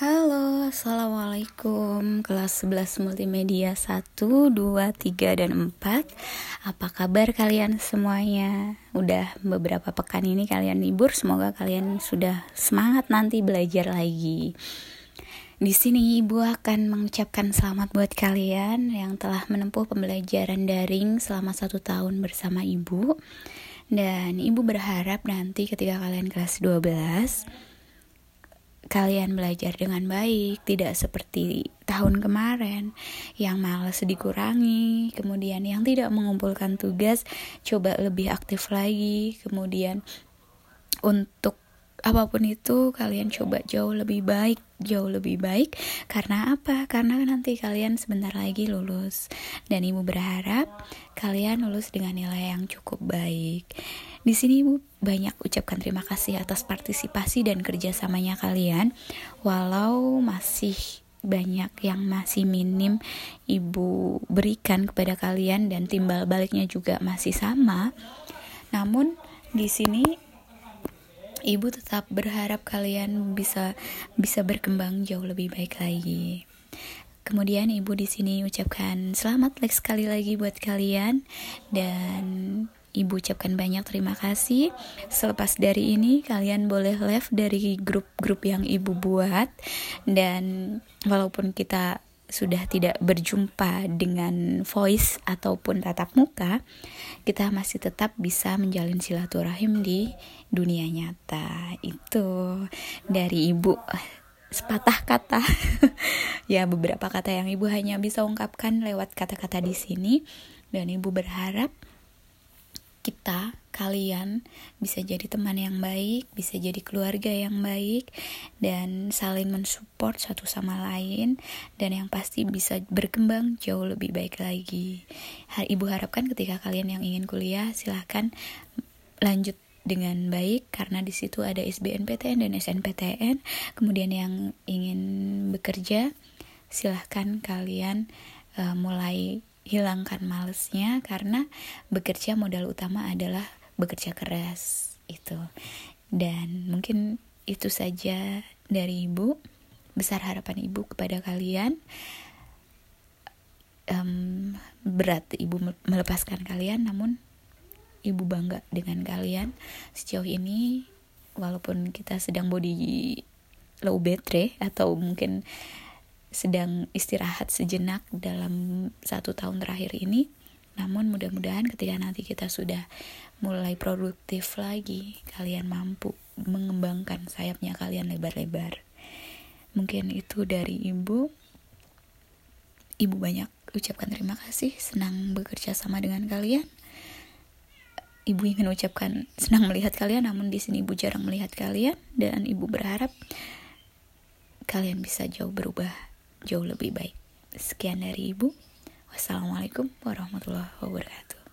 Halo, Assalamualaikum kelas 11 multimedia 1, 2, 3, dan 4. Apa kabar kalian semuanya? Udah beberapa pekan ini kalian libur, semoga kalian sudah semangat nanti belajar lagi. Di sini Ibu akan mengucapkan selamat buat kalian yang telah menempuh pembelajaran daring selama 1 tahun bersama Ibu. Dan Ibu berharap nanti ketika kalian kelas 12, kalian belajar dengan baik, tidak seperti tahun kemarin yang malas dikurangi, kemudian yang tidak mengumpulkan tugas coba lebih aktif lagi, kemudian untuk apapun itu kalian coba jauh lebih baik. Karena apa? Karena nanti kalian sebentar lagi lulus, dan Ibu berharap kalian lulus dengan nilai yang cukup baik. Di sini Ibu banyak ucapkan terima kasih atas partisipasi dan kerjasamanya kalian. Walau masih banyak yang masih minim Ibu berikan kepada kalian dan timbal baliknya juga masih sama. Namun di sini Ibu tetap berharap kalian bisa berkembang jauh lebih baik lagi. Kemudian Ibu di sini ucapkan selamat sekali lagi buat kalian, dan Ibu ucapkan banyak terima kasih. Selepas dari ini kalian boleh live dari grup-grup yang Ibu buat, dan walaupun kita sudah tidak berjumpa dengan voice ataupun tatap muka, kita masih tetap bisa menjalin silaturahim di dunia nyata. Itu dari Ibu sepatah kata. Ya, beberapa kata yang Ibu hanya bisa ungkapkan lewat kata-kata di sini, dan Ibu berharap kalian bisa jadi teman yang baik, bisa jadi keluarga yang baik, dan saling mensupport satu sama lain, dan yang pasti bisa berkembang jauh lebih baik lagi. Ibu harapkan ketika kalian yang ingin kuliah, silahkan lanjut dengan baik, karena di situ ada SBMPTN dan SNPTN. Kemudian yang ingin bekerja, silahkan kalian mulai hilangkan malesnya, karena bekerja modal utama adalah bekerja keras itu. Dan mungkin itu saja dari Ibu. Besar harapan Ibu kepada kalian. Berat Ibu melepaskan kalian, namun Ibu bangga dengan kalian sejauh ini. Walaupun kita sedang body low battery atau mungkin sedang istirahat sejenak dalam 1 tahun terakhir ini, namun mudah-mudahan ketika nanti kita sudah mulai produktif lagi, kalian mampu mengembangkan sayapnya kalian lebar-lebar. Mungkin itu dari Ibu. Ibu banyak ucapkan terima kasih, senang bekerja sama dengan kalian. Ibu ingin ucapkan senang melihat kalian, namun di sini Ibu jarang melihat kalian, dan Ibu berharap kalian bisa jauh lebih baik. Sekian dari Ibu. Wassalamualaikum warahmatullahi wabarakatuh.